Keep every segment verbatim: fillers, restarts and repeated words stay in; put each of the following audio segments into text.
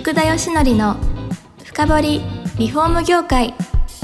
福田義則の深掘りリフォーム業界。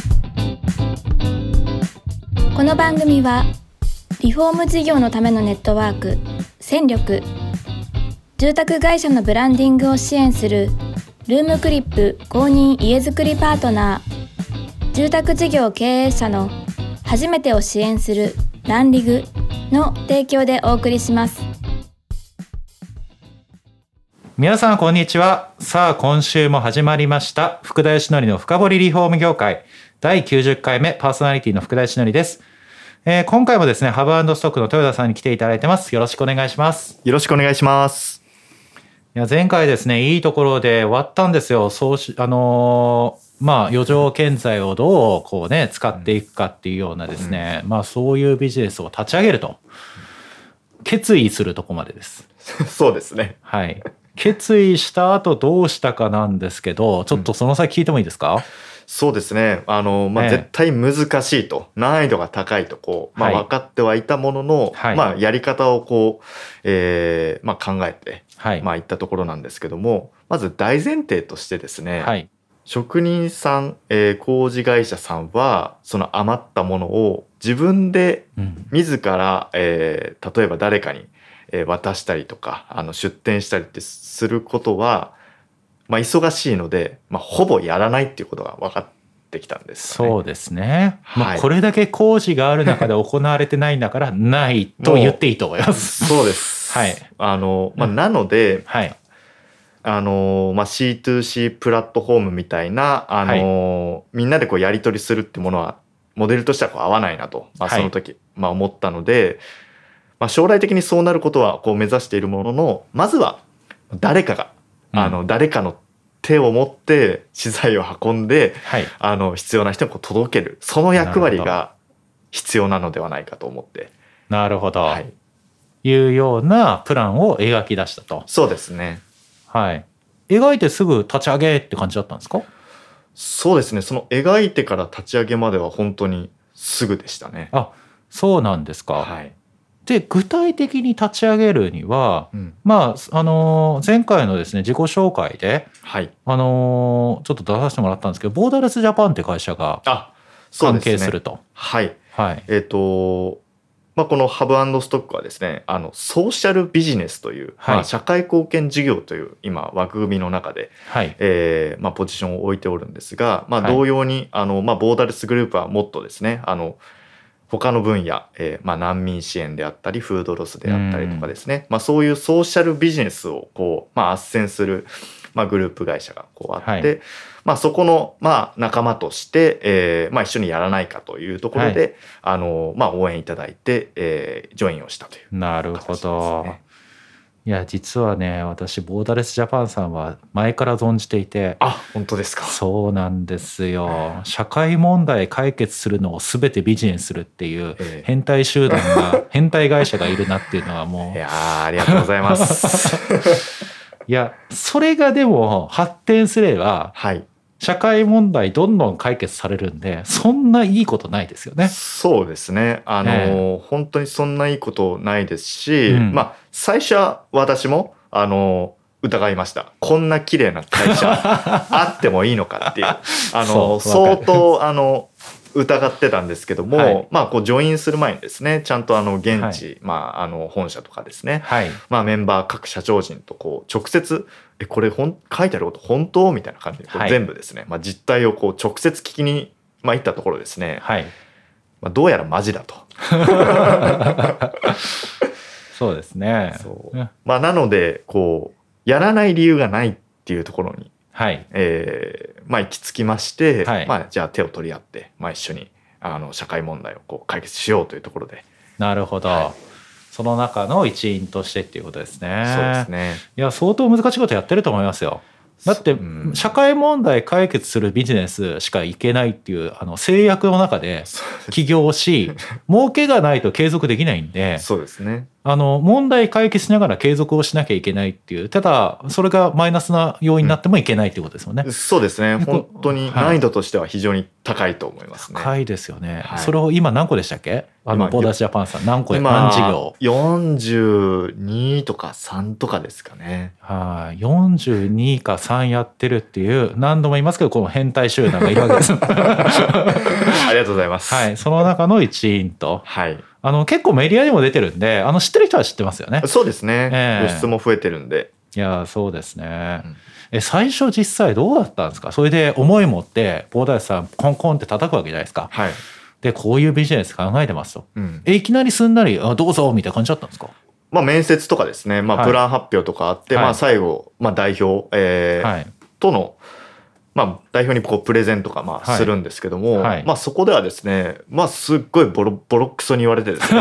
この番組はリフォーム事業のためのネットワーク戦力、住宅会社のブランディングを支援するルームクリップ公認家づくりパートナー、住宅事業経営者の初めてを支援するランリグの提供でお送りします。 皆さんこんにちは。さあ今週も始まりました福田義則の深掘りリフォーム業界だいきゅうじゅっかいめ、パーソナリティの福田義則です。えー、今回もですねハブ&ストックの豊田さんに来ていただいてます。よろしくお願いします。 よろしくお願いします。 いや前回ですねいいところで終わったんですよ。そうしあのー、まあ余剰建材をどうこうね使っていくかっていうようなですね、うん、まあそういうビジネスを立ち上げると決意するとこまでです。 そうですね。 はい。決意した後どうしたかなんですけど、ちょっとその先聞いてもいいですか？うん、 そうですね。あの、まあ、絶対難しいと、えー、難易度が高いとこう、まあ、分かってはいたものの、はい、まあ、やり方をこう、えーまあ、考えて、はい、まあ、いったところなんですけども、まず大前提としてですね、はい、職人さん、えー、工事会社さんはその余ったものを自分で自ら、うん、えー、例えば誰かに渡したりとかあの出店したりってすることは、まあ、忙しいので、まあ、ほぼやらないっていうことが分かってきたんですかね。 そうですね、はい、まあ、これだけ工事がある中で行われてないんだからないと言っていいと思います。 そうです、はい、あの、まあ、なので、はい、あのまあ、シーツーシー プラットフォームみたいなあの、はい、みんなでこうやり取りするってものはモデルとしてはこう合わないなと、まあ、その時、はい、まあ、思ったので、まあ、将来的にそうなることはこう目指しているものの、まずは誰かが、うん、あの誰かの手を持って資材を運んで、はい、あの必要な人にこう届ける、その役割が必要なのではないかと思って。 なるほど、はい、いうようなプランを描き出したと。 そうですね、 はい、描いてすぐ立ち上げって感じだったんですか？ そうですね、その描いてから立ち上げまでは本当にすぐでしたね。 あ、そうなんですか。 はい。 で具体的に立ち上げるには、うん、まああの前回のですね自己紹介で、はい、あのちょっと出させてもらったんですけど、ボーダレスジャパンって会社が関係すると。 はい、はい、えっとまあ、このハブ&ストックはですね、あのソーシャルビジネスという、はい、まあ、社会貢献事業という今枠組みの中で、はい、えーまあ、ポジションを置いておるんですが、まあ、同様に、はい、あのまあ、ボーダレスグループはもっとですね、あの他の分野、えーまあ、難民支援であったりフードロスであったりとかですね、まあ、そういうソーシャルビジネスをこう、まあ、斡旋する、まあ、グループ会社がこうあって、はい、まあ、そこの、まあ、仲間として、えーまあ、一緒にやらないかというところで、はい、あのまあ、応援いただいて、えー、ジョインをしたという形ですね。 なるほど。いや実はね私ボーダレスジャパンさんは前から存じていて。 あ、本当ですか。 そうなんですよ。社会問題解決するのを全てビジネスするっていう変態集団が変態会社がいるなっていうのはもういやありがとうございますいやそれがでも発展すれば、はい、社会問題どんどん解決されるんでそんないいことないですよね。 そうですね、あの、えー、本当にそんないいことないですし、うん、まあ最初は私もあの疑いました。こんな綺麗な会社あってもいいのかっていうあの相当あの疑ってたんですけども、はい、まあこうジョインする前にですねちゃんとあの現地、はい、まあ、あの本社とかですね、はい、まあ、メンバー各社長陣とこう直接えこれほん書いてあること本当みたいな感じでこう全部ですね、はい、まあ、実態をこう直接聞きに、まあ、行ったところですね、はい、まあ、どうやらマジだとそうですね。 そう、まあ、なのでこうやらない理由がないっていうところに、はい、えーまあ、行き着きまして、はい、まあ、じゃあ手を取り合って、まあ、一緒にあの社会問題をこう解決しようというところで。 なるほど、はい、その中の一員としてっていうことですね。 そうですね。 いや相当難しいことやってると思いますよ。だって社会問題解決するビジネスしかいけないっていうあの制約の中で起業し儲けがないと継続できないんで。 そうですね。 あの問題解決しながら継続をしなきゃいけないっていう、ただそれがマイナスな要因になってもいけないっていうことですよね、 うん、そうですね。本当に難易度としては非常に高いと思いますね。 高いですよね、 はい、 それを今何個でしたっけ、あのボーダースジャパンさん何個や何事業、 よんじゅうにとかさんとかですかね。 はい、よんじゅうにかさんやってるっていう、何度も言いますけどこの変態集団がいるわけですありがとうございます、 はい、その中の一員と、 はい、 あの結構メディアにも出てるんで、あの知ってる人は知ってますよね。 そうですね、 えー、 露出も増えてるんで。 いやそうですね、うん、え最初実際どうだったんですか。それで思い持ってボーダースさんコンコンって叩くわけじゃないですか、 はい、 でこういうビジネス考えてますと、うん、えいきなりすんなりあどうぞみたいな感じだったんですか。 まあ、面接とかですね、まあ、プラン発表とかあって、はい、まあ、最後、まあ、代表、えーはい、との、まあ、代表にこうプレゼンとかまあするんですけども、はいはい、まあ、そこではですね、まあ、すっごいボロボロクソに言われてですね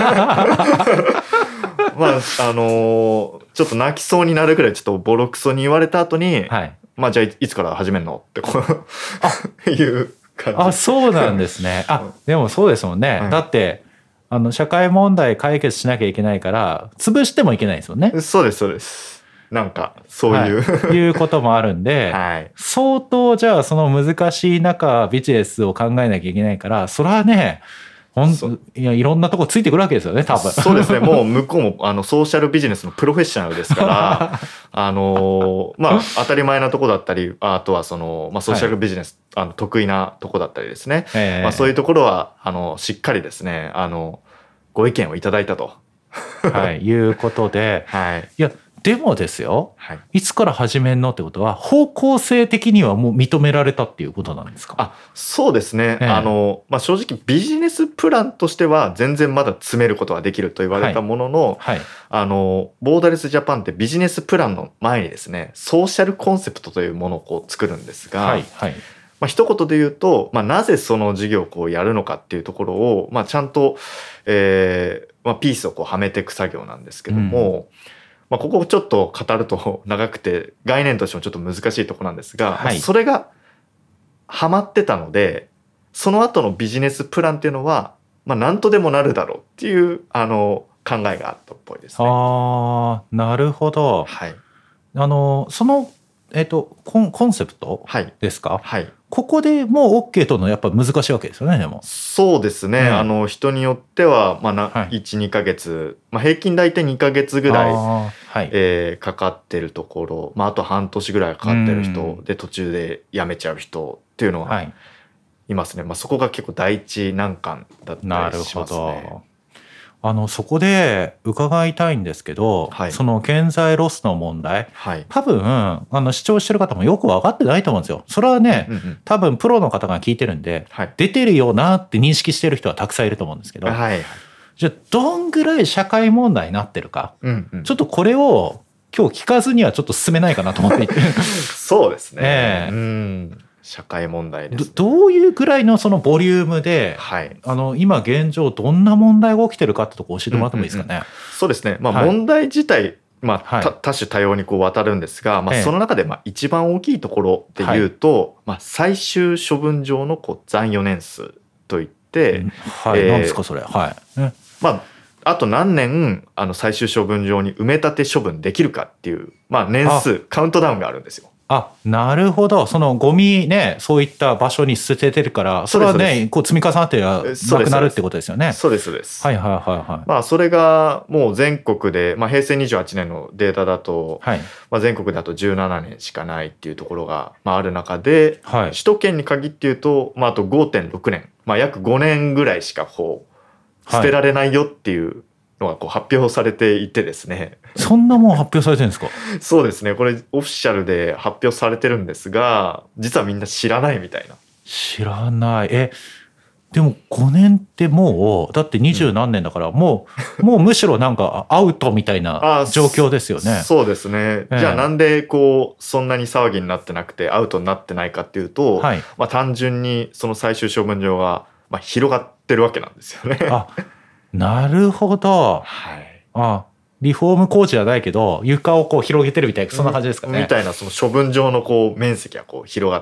まああのー、ちょっと泣きそうになるぐらいちょっとボロクソに言われた後に、はい、まあ、じゃあいつから始めるのってこういう感じ。 あ、そうなんですね。あ、でもそうですもんね、はい、だってあの社会問題解決しなきゃいけないから潰してもいけないですもんね。 そうですそうです。なんかそういう、 はい、いうこともあるんで、はい、相当じゃあその難しい中ビジネスを考えなきゃいけないから、それはねほんいやいろんなとこついてくるわけですよね多分。 そうですね。もう向こうもあのソーシャルビジネスのプロフェッショナルですからあのまあ当たり前なとこだったり、あとはその、まあ、ソーシャルビジネス、はい、あの得意なとこだったりですね、えーまあ、そういうところはあのしっかりですねあのご意見をいただいたとはい、いうことで、はい、いやでもですよ、はい、いつから始めんのってことは方向性的にはもう認められたっていうことなんですか。 あ、そうですね、ええ、あのまあ、正直ビジネスプランとしては全然まだ詰めることはできると言われたものの、はいはい、あのボーダレスジャパンってビジネスプランの前にですねソーシャルコンセプトというものをこう作るんですが、はいはい、まあ、一言で言うと、まあ、なぜその事業をこうやるのかっていうところを、まあ、ちゃんと、えーまあ、ピースをこうはめていく作業なんですけども、うん、まあ、ここをちょっと語ると長くて概念としてもちょっと難しいところなんですが、はい、まあ、それがはまってたのでその後のビジネスプランっていうのは、まあ、何とでもなるだろうっていうあの考えがあったっぽいですね。 あー、なるほど、はい、あのその、えーと、コン、コンセプトですか、はいはい、ここでもう OK とのやっぱ難しいわけですよね。でもそうですね、うん、あの人によっては、まあなはい、いちにかげつ、まあ、平均大体にかげつぐらい、はい、えー、かかってるところ、まあ、あと半年ぐらいかかってる人で途中で辞めちゃう人っていうのはいますね、まあ、そこが結構第一難関だったりしますね。なるほど。 あのそこで伺いたいんですけど、はい、その建材ロスの問題、はい、多分あの視聴してる方もよく分かってないと思うんですよ。それはね、うんうん、多分プロの方が聞いてるんで、はい、出てるよなって認識してる人はたくさんいると思うんですけど、はい、じゃあどんぐらい社会問題になってるか、うんうん、ちょっとこれを今日聞かずにはちょっと進めないかなと思っていてそうですね、 えー、 うん社会問題ですね。 ど, どういうぐらいのそのボリュームで、はい、あの今現状どんな問題が起きてるかってとこ教えてもらってもいいですかね。うんうんうん、 そうですね、まあ、問題自体、はい、まあ、はい、多種多様にこう渡るんですが、まあ、その中でまあ一番大きいところでいうと、はい、まあ、最終処分場のこう残余年数といって、 はい、えー、何ですかそれ、はい、ね、 まあ、あと何年あの最終処分場に埋め立て処分できるかっていう、まあ、年数カウントダウンがあるんですよ。 あ、なるほど。そのゴミね、そういった場所に捨ててるから、それはね、こう積み重なってなくなるってことですよね。 そうです、そうです。 はいはいはいはい。 まあそれがもう全国で、まあ平成にじゅうはちねんのデータだと、はい、まあ全国だとじゅうななねんしかないっていうところがまあある中で、はい、首都圏に限って言うと、まああと ごてんろくねん、まあ約ごねんぐらいしかこう捨てられないよっていう、はい、のがこう発表されていてですね。 そんなもん発表されてるんですか？ そうですね。これオフィシャルで発表されてるんですが、実はみんな知らないみたいな。 知らない。え、でもごねんってもうだって二十何年だから、うん、もうもうむしろなんかアウトみたいな状況ですよね。 そうですね。えー、じゃあなんでこうそんなに騒ぎになってなくてアウトになってないかっていうと、はい、まあ単純にその最終処分場がまあ広がってるわけなんですよね。 あ、なるほど。はい。あ、リフォーム工事じゃないけど床をこう広げてるみたいな、そんな感じですかね。 みたいな、その処分場のこう面積がこう広がったり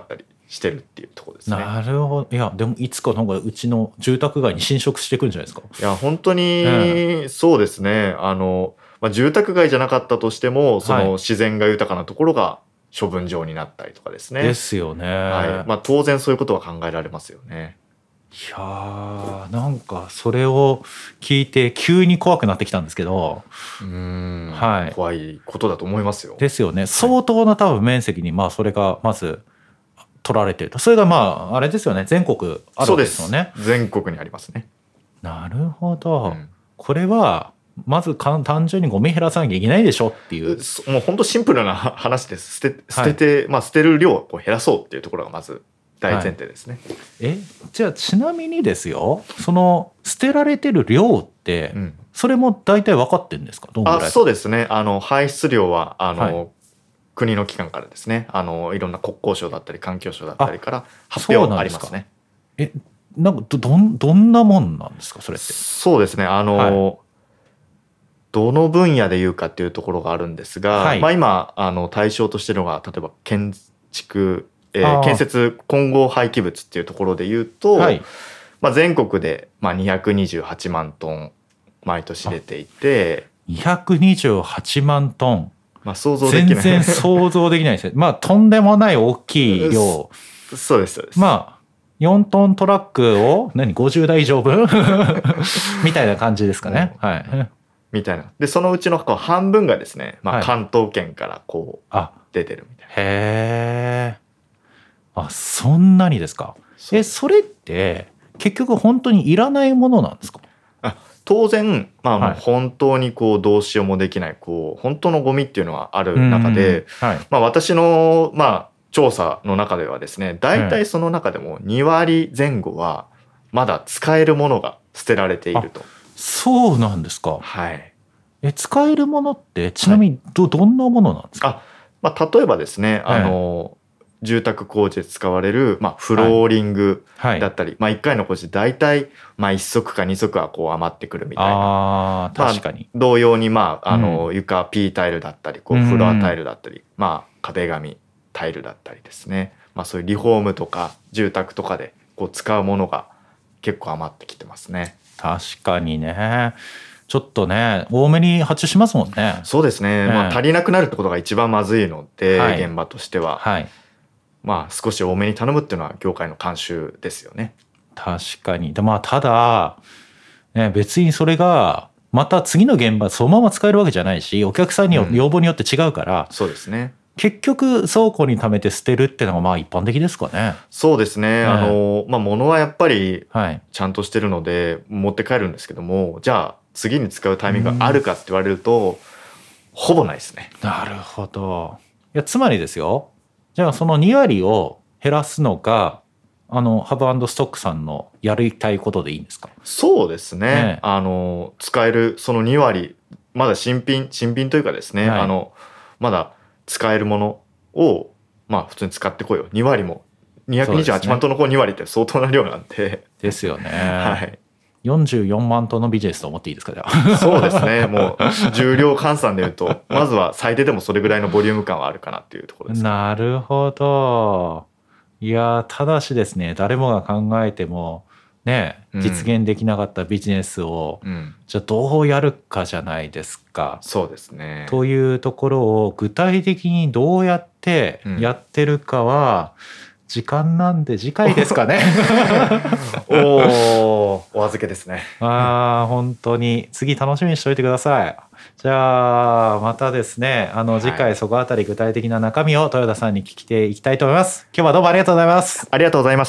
してるっていうところですね。 なるほど。いやでもいつかなんかうちの住宅街に侵食してくんじゃないですか。 いや本当にそうですね、うん、あの、まあ、住宅街じゃなかったとしてもその自然が豊かなところが処分場になったりとかですね。 ですよね、 はいまあ、当然そういうことは考えられますよね。 いやーなんかそれを聞いて急に怖くなってきたんですけど、 うーん、はい、怖いことだと思いますよ。 ですよね。相当な多分面積にまあそれがまず取られてると。それがまああれですよね、全国あるわけですよね。 そうです、全国にありますね。 なるほど、うん、これはまず単純にゴミ減らさなきゃいけないでしょっていう、 もう本当シンプルな話です。捨て、捨てて、はい、まあ捨てる量をこう減らそうっていうところがまず大前提ですね。はい、 えじゃあちなみにですよ、その捨てられてる量って、うん、それも大体分かってるんですか？どんぐらい？ あ、そうですね。あの排出量はあの、はい、国の機関からですね、あのいろんな国交省だったり環境省だったりから発表ありますね。 えなんか ど, ど, んどんなもんなんですかそれって？ そうですね、あの、はい、どの分野で言うかっていうところがあるんですが、はい、まあ、今あの対象としてるのが例えば建築、えー、建設混合廃棄物っていうところで言うと、はい、まあ、全国でまあにひゃくにじゅうはちまんトン毎年出ていて、 にひゃくにじゅうはちまんトン、 まあ、想像できない。 全然想像できないですね。まあとんでもない大きい量。 そうですそうです。 まあよんトントラックを何ごじゅうだい以上分みたいな感じですかね。はい。 みたいな。でそのうちの半分がですね、まあ、関東圏からこう、はい、出てるみたいな。 へえ。あ、そんなにですか。え、それって結局本当にいらないものなんですか？ あ、当然、まあ、はい、本当にこうどうしようもできないこう本当のゴミっていうのはある中で、はい、まあ、私のまあ調査の中ではですね、大体その中でもにわりぜん後はまだ使えるものが捨てられていると。 そうなんですか。 はい。 え、使えるものってちなみに ど,、はい、どんなものなんですか？ あ、まあ、例えばですね、あの、住宅工事で使われる、まあ、フローリングだったり、はいはい、まあ、いっかいの工事で大体、まあ、いっ足かに足はこう余ってくるみたいな。 あ、確かに。 まあ、同様に、まあ、あの、うん、床 P タイルだったりこうフロアタイルだったり、うん、まあ、壁紙タイルだったりですね、まあ、そういうリフォームとか住宅とかでこう使うものが結構余ってきてますね。 確かにね。ちょっとね多めに発注しますもんね。 そうですね、ね、まあ、足りなくなるってことが一番まずいので、はい、現場としては、はい、まあ少し多めに頼むっていうのは業界の慣習ですよね。 確かに。で、まあ、ただ、ね、別にそれがまた次の現場そのまま使えるわけじゃないし、お客さんによ、うん、要望によって違うから、 そうですね、 結局倉庫に貯めて捨てるっていうのがまあ一般的ですかね。 そうですね、あの、まあ、物はやっぱりちゃんとしてるので持って帰るんですけども、じゃあ次に使うタイミングがあるかって言われると、ほぼないですね。 なるほど。いやつまりですよ、じゃあそのにわりを減らすのがあのハブ&ストックさんのやりたいことでいいんですか？ そうですね、ね、あの使えるそのにわり、まだ新品新品というかですね、はい、あのまだ使えるものをまあ普通に使ってこいよ。にわりもにひゃくにじゅうはちまんトンの方にわりって相当な量なんで。 ですよね。 はい。 よんじゅうよんまんトンのビジネスと思っていいですか？じゃあそうですね、もう重量換算でいうとまずは最低でもそれぐらいのボリューム感はあるかなっていうところです、ね、 なるほど。いやただしですね、誰もが考えてもね実現できなかったビジネスを、うん、じゃあどうやるかじゃないですか。 そうですね。 というところを具体的にどうやってやってるかは、うん時間なんで次回ですかね。 おお、お預けですね。 ああ、本当に次楽しみにしておいてください。じゃあまたですね、あの次回そこあたり具体的な中身を豊田さんに聞いていきたいと思います。今日はどうもありがとうございます。 ありがとうございました。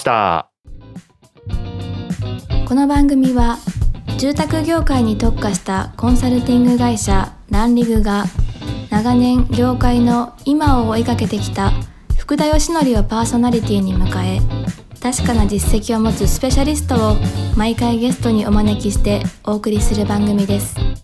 この番組は住宅業界に特化したコンサルティング会社ランリグが長年業界の今を追いかけてきた福田義則をパーソナリティに迎え、確かな実績を持つスペシャリストを毎回ゲストにお招きしてお送りする番組です。